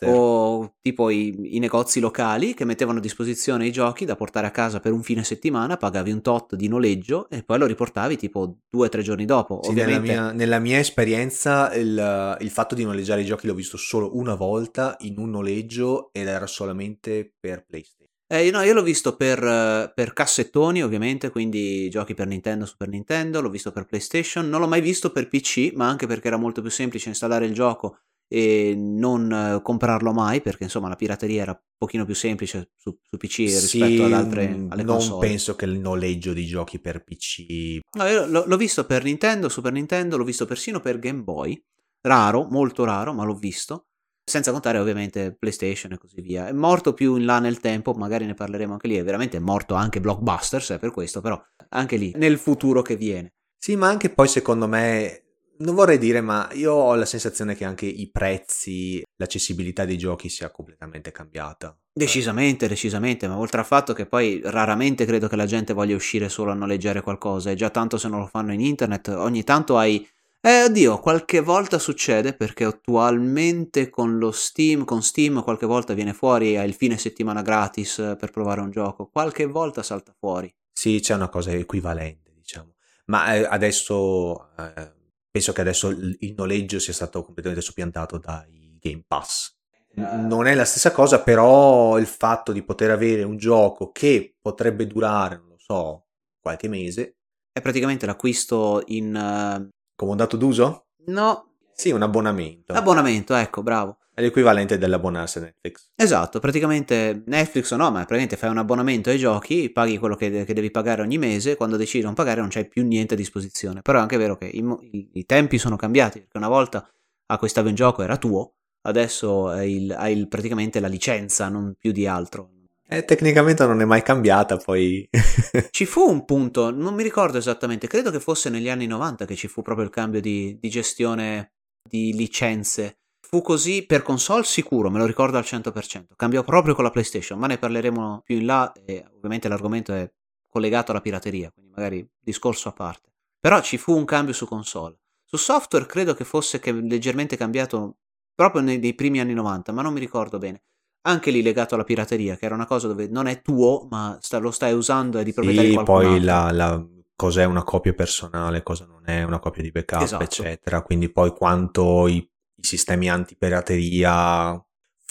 o tipo i negozi locali che mettevano a disposizione i giochi da portare a casa per un fine settimana, pagavi un tot di noleggio e poi lo riportavi tipo 2 o 3 giorni dopo. Sì, ovviamente nella mia esperienza il fatto di noleggiare i giochi l'ho visto solo una volta in un noleggio ed era solamente per PlayStation. no, io l'ho visto per cassettoni, ovviamente, quindi giochi per Nintendo, Super Nintendo, l'ho visto per PlayStation, non l'ho mai visto per PC, ma anche perché era molto più semplice installare il gioco e non comprarlo mai, perché insomma la pirateria era un pochino più semplice su PC rispetto ad alle Non console. penso che il noleggio di giochi per PC... No, io l'ho visto per Nintendo, Super Nintendo, l'ho visto persino per Game Boy, raro, molto raro, ma l'ho visto. Senza contare ovviamente PlayStation e così via. È morto più in là nel tempo, magari ne parleremo anche lì. È veramente morto anche Blockbusters, per questo, però anche lì, nel futuro che viene. Sì, ma anche poi secondo me, non vorrei dire, ma io ho la sensazione che anche i prezzi, l'accessibilità dei giochi sia completamente cambiata. Decisamente, ma oltre al fatto che poi raramente credo che la gente voglia uscire solo a noleggiare qualcosa, e già tanto se non lo fanno in internet, ogni tanto hai... oddio, qualche volta succede perché attualmente con Steam qualche volta viene fuori il fine settimana gratis per provare un gioco, qualche volta salta fuori. Sì, c'è una cosa equivalente, diciamo. Ma adesso penso che adesso il noleggio sia stato completamente soppiantato dai Game Pass. Non è la stessa cosa, però il fatto di poter avere un gioco che potrebbe durare, non lo so, qualche mese. È praticamente l'acquisto in... Come un dato d'uso? No, Sì, un abbonamento. abbonamento, ecco, bravo. È l'equivalente dell'abbonarsi a Netflix. Esatto, praticamente Netflix o no, ma praticamente fai un abbonamento ai giochi, paghi quello che devi pagare ogni mese, quando decidi di non pagare non c'hai più niente a disposizione. Però è anche vero che i tempi sono cambiati, perché una volta acquistavi un gioco era tuo, adesso hai praticamente la licenza, non più di altro. Tecnicamente non è mai cambiata, poi... Ci fu un punto, non mi ricordo esattamente, credo che fosse negli anni 90 che ci fu proprio il cambio di gestione di licenze. Fu così per console sicuro, me lo ricordo al 100%. Cambiò proprio con la PlayStation, ma ne parleremo più in là e ovviamente l'argomento è collegato alla pirateria, quindi magari discorso a parte. Però ci fu un cambio su console. Su software credo che fosse leggermente cambiato proprio nei primi anni 90, ma non mi ricordo bene. Anche lì legato alla pirateria, che era una cosa dove non è tuo, ma lo stai usando e di proprietà di qualcun poi altro. cos'è una copia personale, cosa non è una copia di backup, Esatto. eccetera. Quindi poi quanto i sistemi antipirateria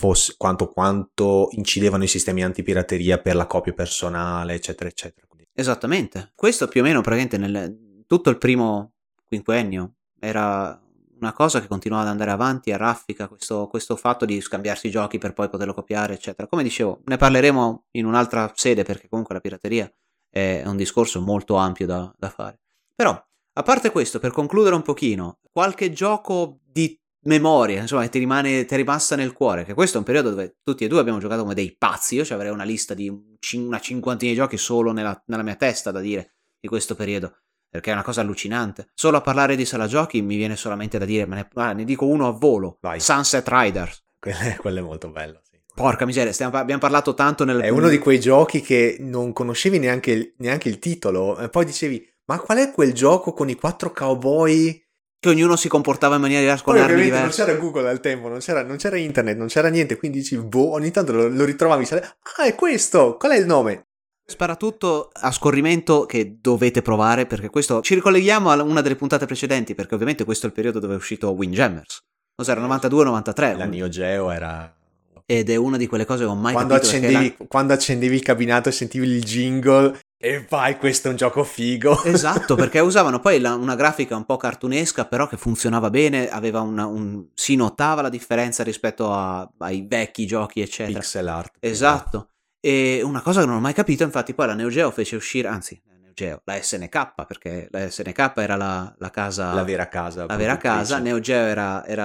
quanto incidevano i sistemi antipirateria per la copia personale, eccetera, eccetera. Esattamente. Questo più o meno praticamente tutto il primo quinquennio era una cosa che continuava ad andare avanti a raffica, questo fatto di scambiarsi i giochi per poi poterlo copiare, eccetera. Come dicevo, ne parleremo in un'altra sede perché comunque la pirateria è un discorso molto ampio da fare. Però, a parte questo, per concludere un pochino, qualche gioco di memoria, insomma, che ti è rimasta nel cuore, che questo è un periodo dove tutti e due abbiamo giocato come dei pazzi. Io avrei una lista di una cinquantina di giochi solo nella mia testa da dire di questo periodo, perché è una cosa allucinante. Solo a parlare di sala giochi mi viene solamente da dire, ne dico uno a volo. Vai. Sunset Riders. Quello è molto bello, sì. Porca miseria, abbiamo parlato tanto È uno di quei giochi che non conoscevi neanche il titolo, e poi dicevi, ma qual è quel gioco con i 4 cowboy? Che ognuno si comportava in maniera diversa, con Poi armi ovviamente diverse. non c'era Google al tempo, non c'era internet, non c'era niente, quindi dici, boh, ogni tanto lo ritrovavi, ah, è questo, qual è il nome? Sparatutto a scorrimento che dovete provare, perché questo ci ricolleghiamo a una delle puntate precedenti, perché ovviamente questo è il periodo dove è uscito Windjammers. Cos'era? 92-93? La Neo Geo era... Ed è una di quelle cose che ho mai capito. Quando accendevi il cabinato e sentivi il jingle e vai, questo è un gioco figo. Esatto, perché usavano poi una grafica un po' cartunesca, però che funzionava bene, aveva si notava la differenza rispetto ai vecchi giochi, eccetera. Pixel art. Esatto. E una cosa che non ho mai capito, infatti poi la Neo Geo fece uscire, anzi, la SNK, perché la SNK era la casa... La vera casa. La vera casa, Neo Geo era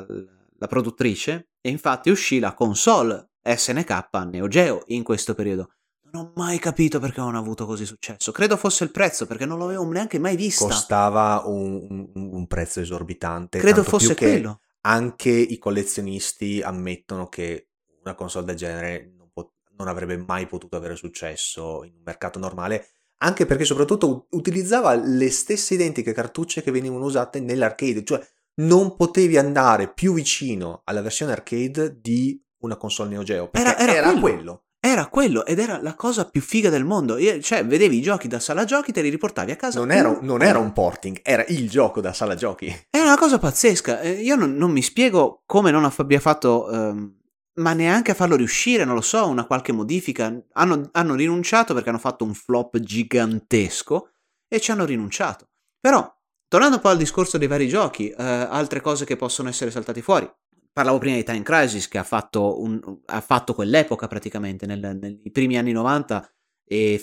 la produttrice, e infatti uscì la console SNK Neo Geo in questo periodo. Non ho mai capito perché non ha avuto così successo. Credo fosse il prezzo, perché non l'avevo neanche mai vista. Costava un prezzo esorbitante. Credo fosse quello. Anche i collezionisti ammettono che una console del genere non avrebbe mai potuto avere successo in un mercato normale, anche perché soprattutto utilizzava le stesse identiche cartucce che venivano usate nell'arcade, cioè non potevi andare più vicino alla versione arcade di una console Neo Geo, perché era quello. Era quello, ed era la cosa più figa del mondo. Cioè, vedevi i giochi da sala giochi, te li riportavi a casa. Non era un porting, era il gioco da sala giochi. Era una cosa pazzesca. Io non mi spiego come non abbia fatto, ma neanche a farlo riuscire, non lo so, una qualche modifica. Hanno rinunciato perché hanno fatto un flop gigantesco e ci hanno rinunciato. Però, tornando poi al discorso dei vari giochi, altre cose che possono essere saltate fuori. Parlavo prima di Time Crisis, che ha fatto quell'epoca praticamente nei primi anni 90 e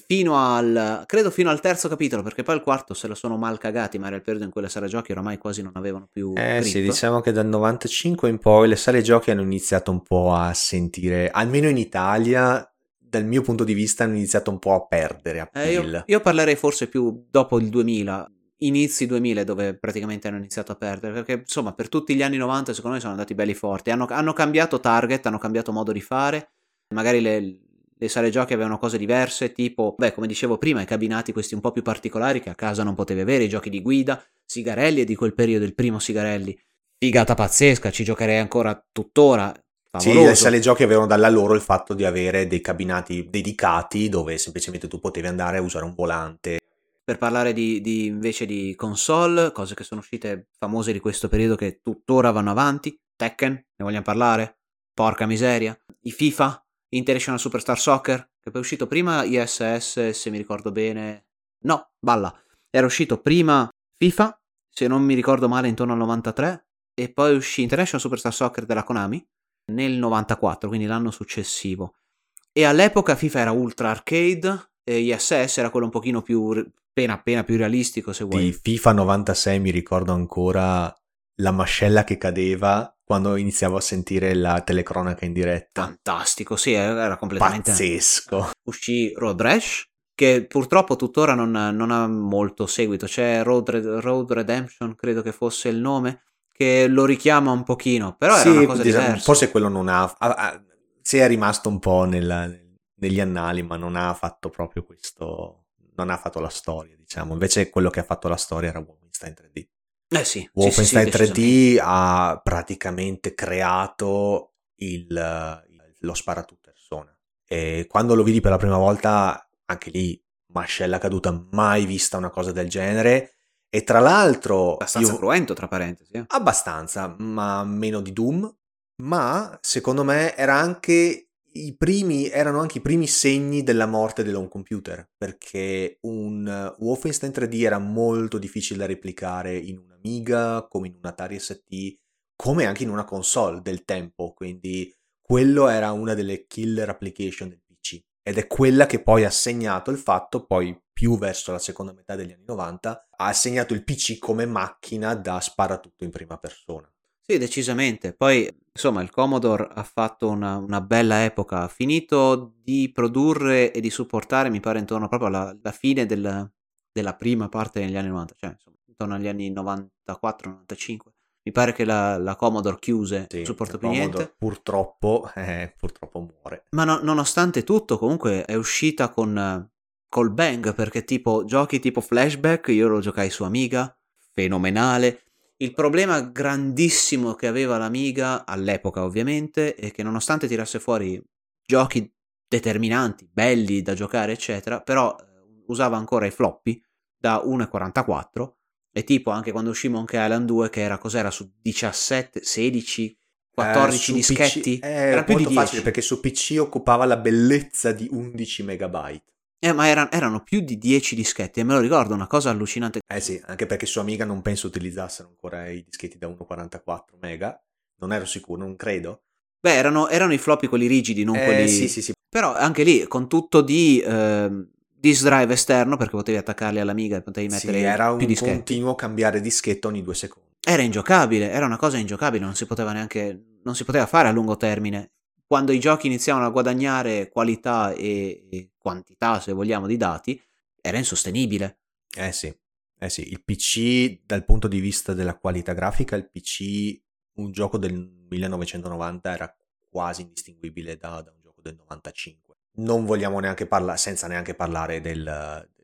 credo fino al terzo capitolo, perché poi il quarto se lo sono mal cagati, ma era il periodo in cui le sale giochi oramai quasi non avevano più grip. Sì, diciamo che dal 95 in poi le sale giochi hanno iniziato un po' a sentire, almeno in Italia, dal mio punto di vista, hanno iniziato un po' a perdere appeal. Io parlerei forse più dopo il 2000, inizi 2000, dove praticamente hanno iniziato a perdere, perché insomma per tutti gli anni 90 secondo me sono andati belli forti, hanno cambiato target, hanno cambiato modo di fare, magari le sale giochi avevano cose diverse, tipo, come dicevo prima, i cabinati questi un po' più particolari che a casa non potevi avere, i giochi di guida, Sigarelli e di quel periodo, il primo Sigarelli, figata pazzesca, ci giocherei ancora tuttora. Favoloso. Sì, le sale giochi avevano dalla loro il fatto di avere dei cabinati dedicati dove semplicemente tu potevi andare a usare un volante. Per parlare invece di console, cose che sono uscite famose di questo periodo che tuttora vanno avanti, Tekken, ne vogliamo parlare? Porca miseria. I FIFA, International Superstar Soccer, che poi è uscito prima ISS, se mi ricordo bene. No, balla. Era uscito prima FIFA, se non mi ricordo male intorno al 93, e poi uscì International Superstar Soccer della Konami nel 94, quindi l'anno successivo. E all'epoca FIFA era ultra arcade e ISS era quello un pochino più appena più realistico, se vuoi. Di FIFA 96 mi ricordo ancora la mascella che cadeva quando iniziavo a sentire la telecronaca in diretta. Fantastico, sì, era completamente pazzesco. Uscì Road Rash, che purtroppo tuttora non ha molto seguito. C'è Road Redemption, credo che fosse il nome, che lo richiama un pochino, però era una cosa diversa. Forse quello non si è rimasto un po' negli annali, ma non ha fatto proprio questo, non ha fatto la storia, diciamo. Invece quello che ha fatto la storia era Wolfenstein 3D. Sì. Wolfenstein 3D ha praticamente creato lo sparatutto persona. E quando lo vidi per la prima volta, anche lì, mascella caduta, mai vista una cosa del genere. E tra l'altro... Abbastanza cruento, tra parentesi. Abbastanza, ma meno di Doom. Ma, secondo me, erano anche i primi segni della morte dell'home computer, perché un Wolfenstein 3D era molto difficile da replicare in un Amiga, come in un Atari ST, come anche in una console del tempo, quindi quello era una delle killer application del PC, ed è quella che poi ha segnato il fatto, poi più verso la seconda metà degli anni 90, ha segnato il PC come macchina da sparatutto in prima persona. Sì, decisamente. Poi, insomma, il Commodore ha fatto una bella epoca. Ha finito di produrre e di supportare, mi pare, intorno proprio alla fine della prima parte degli anni 90, cioè insomma, intorno agli anni 94-95. Mi pare che la Commodore chiuse, sì, non supporta più niente. Purtroppo muore. Ma nonostante tutto, comunque, è uscita col bang, perché tipo giochi tipo Flashback, io lo giocai su Amiga, fenomenale. Il problema grandissimo che aveva l'Amiga, all'epoca ovviamente, è che nonostante tirasse fuori giochi determinanti, belli da giocare, eccetera, però usava ancora i floppy da 1,44 e tipo anche quando uscì Monkey Island 2, che era cos'era su 17, 16, 14 dischetti, PC, era più di 10. Facile perché su PC occupava la bellezza di 11 megabyte. Ma erano più di 10 dischetti e me lo ricordo, una cosa allucinante. Sì, anche perché su Amiga non penso utilizzassero ancora i dischetti da 1,44 mega, non ero sicuro, non credo. Beh, erano i floppy quelli rigidi, non quelli... Sì. Però anche lì, con tutto di disk drive esterno, perché potevi attaccarli all'Amiga e potevi mettere era più un dischetti. Continuo cambiare dischetto ogni 2 secondi. Era ingiocabile, era una cosa ingiocabile, non si poteva fare a lungo termine. Quando i giochi iniziavano a guadagnare qualità e quantità, se vogliamo, di dati, era insostenibile. Sì, il PC dal punto di vista della qualità grafica, il PC, un gioco del 1990 era quasi indistinguibile da un gioco del 95. Non vogliamo neanche parlare, senza neanche parlare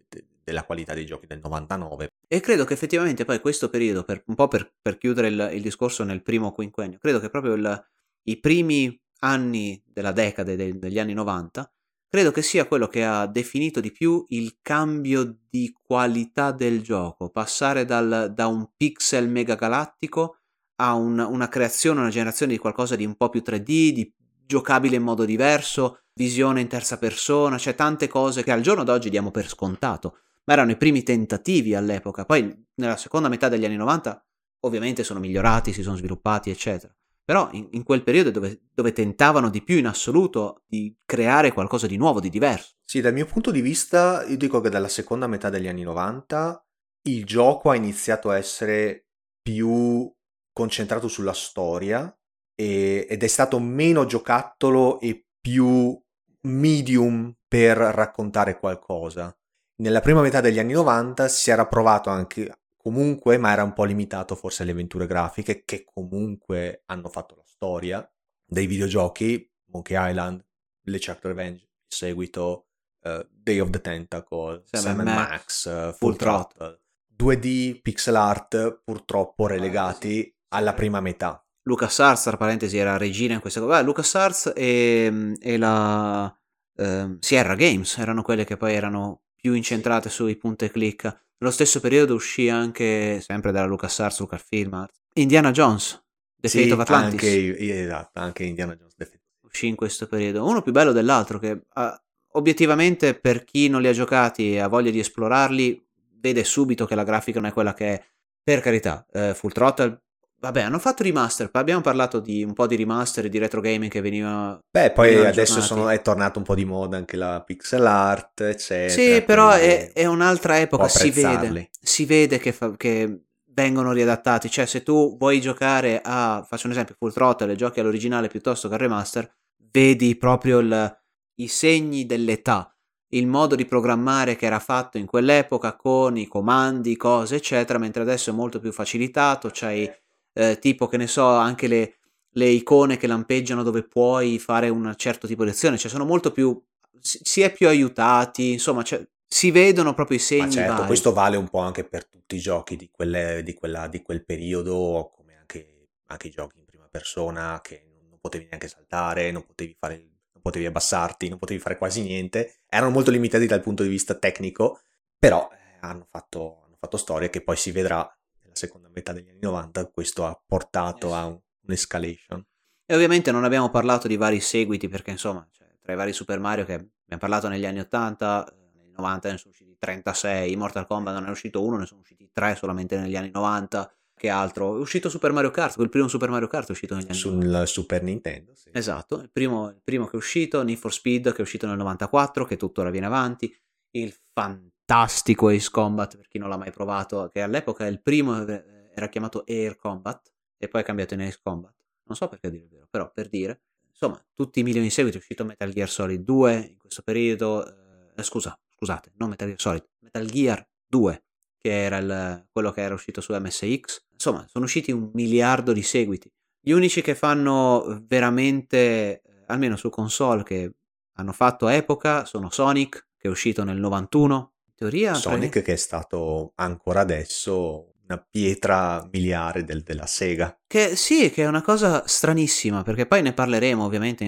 della qualità dei giochi del 99. E credo che effettivamente poi questo periodo, un po' per chiudere il discorso nel primo quinquennio, credo che proprio i primi anni della decade degli anni 90, credo che sia quello che ha definito di più il cambio di qualità del gioco, passare da un pixel megagalattico a una creazione, una generazione di qualcosa di un po' più 3D, di giocabile in modo diverso, visione in terza persona, cioè tante cose che al giorno d'oggi diamo per scontato, ma erano i primi tentativi all'epoca. Poi nella seconda metà degli anni 90 ovviamente sono migliorati, si sono sviluppati, eccetera. Però in quel periodo dove tentavano di più in assoluto di creare qualcosa di nuovo, di diverso. Sì, dal mio punto di vista, io dico che dalla seconda metà degli anni 90 il gioco ha iniziato a essere più concentrato sulla storia ed è stato meno giocattolo e più medium per raccontare qualcosa. Nella prima metà degli anni 90 si era provato anche comunque, ma era un po' limitato forse alle avventure grafiche che comunque hanno fatto la storia dei videogiochi, Monkey Island, LeChuck Revenge, il seguito, Day of the Tentacle, Sam and Max, Full Throttle. 2D pixel art purtroppo relegati alla prima metà. LucasArts, tra parentesi, era regina in questa cosa. LucasArts e la Sierra Games erano quelle che poi erano più incentrate sui punti e click. Nello stesso periodo uscì anche, sempre dalla LucasArts, Lucasfilm, Indiana Jones, The Fate of Atlantis. Esatto, anche Indiana Jones The Fate. Uscì in questo periodo, uno più bello dell'altro, che obiettivamente per chi non li ha giocati e ha voglia di esplorarli, vede subito che la grafica non è quella che è. Per carità, Full Throttle, vabbè, hanno fatto remaster, abbiamo parlato di un po' di remaster e di retro gaming che veniva. Beh, poi adesso è tornato un po' di moda anche la pixel art, eccetera. Sì, però è un'altra epoca, si vede che vengono riadattati. Cioè, se tu vuoi giocare faccio un esempio, Full Throttle e giochi all'originale piuttosto che al remaster, vedi proprio i segni dell'età, il modo di programmare che era fatto in quell'epoca con i comandi, cose, eccetera, mentre adesso è molto più facilitato. C'hai tipo, che ne so, anche le icone che lampeggiano dove puoi fare un certo tipo di azione, cioè sono molto più, si è più aiutati, insomma, cioè, si vedono proprio i segni. Ma certo, vari. Questo vale un po' anche per tutti i giochi di quel periodo, come anche i giochi in prima persona che non potevi neanche saltare, non potevi abbassarti, non potevi fare quasi niente. Erano molto limitati dal punto di vista tecnico, però hanno fatto storia che poi si vedrà nella seconda metà degli anni 90. Questo ha portato a un'escalation. E ovviamente non abbiamo parlato di vari seguiti, perché insomma, cioè, tra i vari Super Mario che abbiamo parlato negli anni 80, negli 90 ne sono usciti 36, Mortal Kombat non è uscito uno, ne sono usciti 3 solamente negli anni 90. Che altro? È uscito Super Mario Kart, quel primo Super Mario Kart è uscito negli anni 90. Sul Super Nintendo, sì. Esatto, il primo che è uscito, Need for Speed, che è uscito nel 94, che tuttora viene avanti, il fantastico Ace Combat, per chi non l'ha mai provato, che all'epoca il primo era chiamato Air Combat e poi è cambiato in Ace Combat. Non so perché dire il vero, però per dire. Insomma, tutti i milioni di seguiti. È uscito Metal Gear Solid 2 in questo periodo. Scusate, non Metal Gear Solid, Metal Gear 2, che era quello che era uscito su MSX. Insomma, sono usciti 1 miliardo di seguiti. Gli unici che fanno veramente, almeno su console, che hanno fatto epoca sono Sonic, che è uscito nel 91. In teoria Sonic che è stato ancora adesso una pietra miliare della Sega. Che sì, che è una cosa stranissima, perché poi ne parleremo ovviamente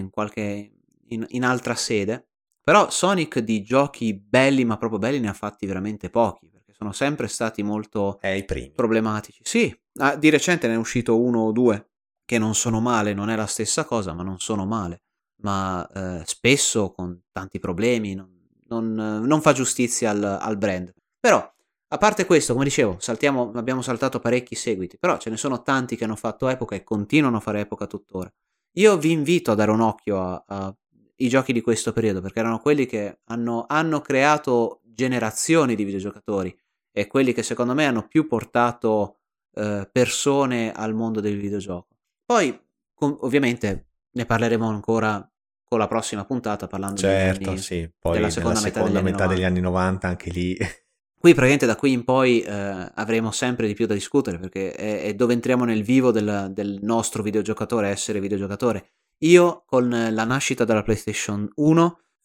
in altra sede. Però Sonic di giochi belli, ma proprio belli, ne ha fatti veramente pochi, perché sono sempre stati molto i primi problematici. Sì, di recente ne è uscito 1 o 2 che non sono male, non è la stessa cosa, ma non sono male. Ma spesso con tanti problemi, non fa giustizia al brand. Però, a parte questo, come dicevo, abbiamo saltato parecchi seguiti, però ce ne sono tanti che hanno fatto epoca e continuano a fare epoca tuttora. Io vi invito a dare un occhio ai giochi di questo periodo, perché erano quelli che hanno creato generazioni di videogiocatori e quelli che secondo me hanno più portato persone al mondo del videogioco. Poi, ovviamente, ne parleremo ancora con la prossima puntata, parlando poi della seconda metà degli anni 90, anche lì. Qui praticamente da qui in poi avremo sempre di più da discutere, perché è dove entriamo nel vivo del nostro videogiocatore, essere videogiocatore. Io con la nascita della PlayStation 1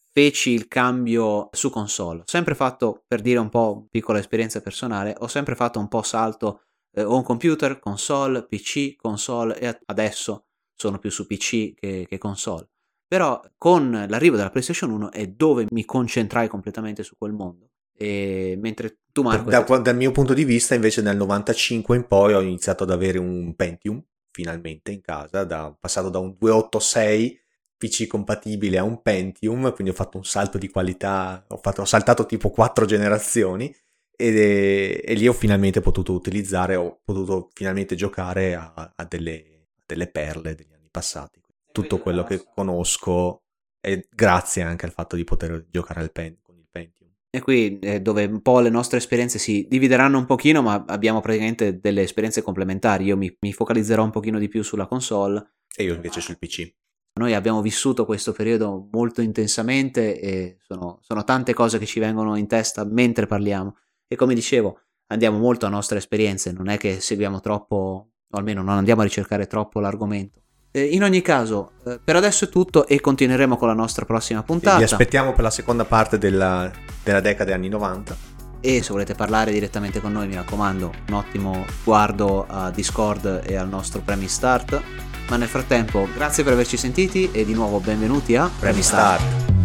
feci il cambio su console. Ho sempre fatto, per dire un po' piccola esperienza personale, ho sempre fatto un po' salto home computer, console, PC, console, e adesso sono più su PC che console. Però con l'arrivo della PlayStation 1 è dove mi concentrai completamente su quel mondo. E mentre tu, Marco, dal mio punto di vista, invece, nel 95 in poi ho iniziato ad avere un Pentium finalmente in casa, passato da un 286 PC compatibile a un Pentium, quindi ho fatto un salto di qualità, ho saltato tipo 4 generazioni e lì ho finalmente potuto utilizzare, ho potuto finalmente giocare a delle perle degli anni passati. Tutto quello che conosco è grazie anche al fatto di poter giocare con il Pentium. E qui è dove un po' le nostre esperienze si divideranno un pochino, ma abbiamo praticamente delle esperienze complementari. Io mi focalizzerò un pochino di più sulla console. E io invece sul PC. Noi abbiamo vissuto questo periodo molto intensamente e sono tante cose che ci vengono in testa mentre parliamo. E come dicevo, andiamo molto a nostre esperienze, non è che seguiamo troppo, o almeno non andiamo a ricercare troppo l'argomento. In ogni caso, per adesso è tutto e continueremo con la nostra prossima puntata. Vi aspettiamo per la seconda parte della decade anni 90. E se volete parlare direttamente con noi, mi raccomando, un ottimo sguardo a Discord e al nostro Premi Start. Ma nel frattempo, grazie per averci sentiti e di nuovo benvenuti a Premi Start.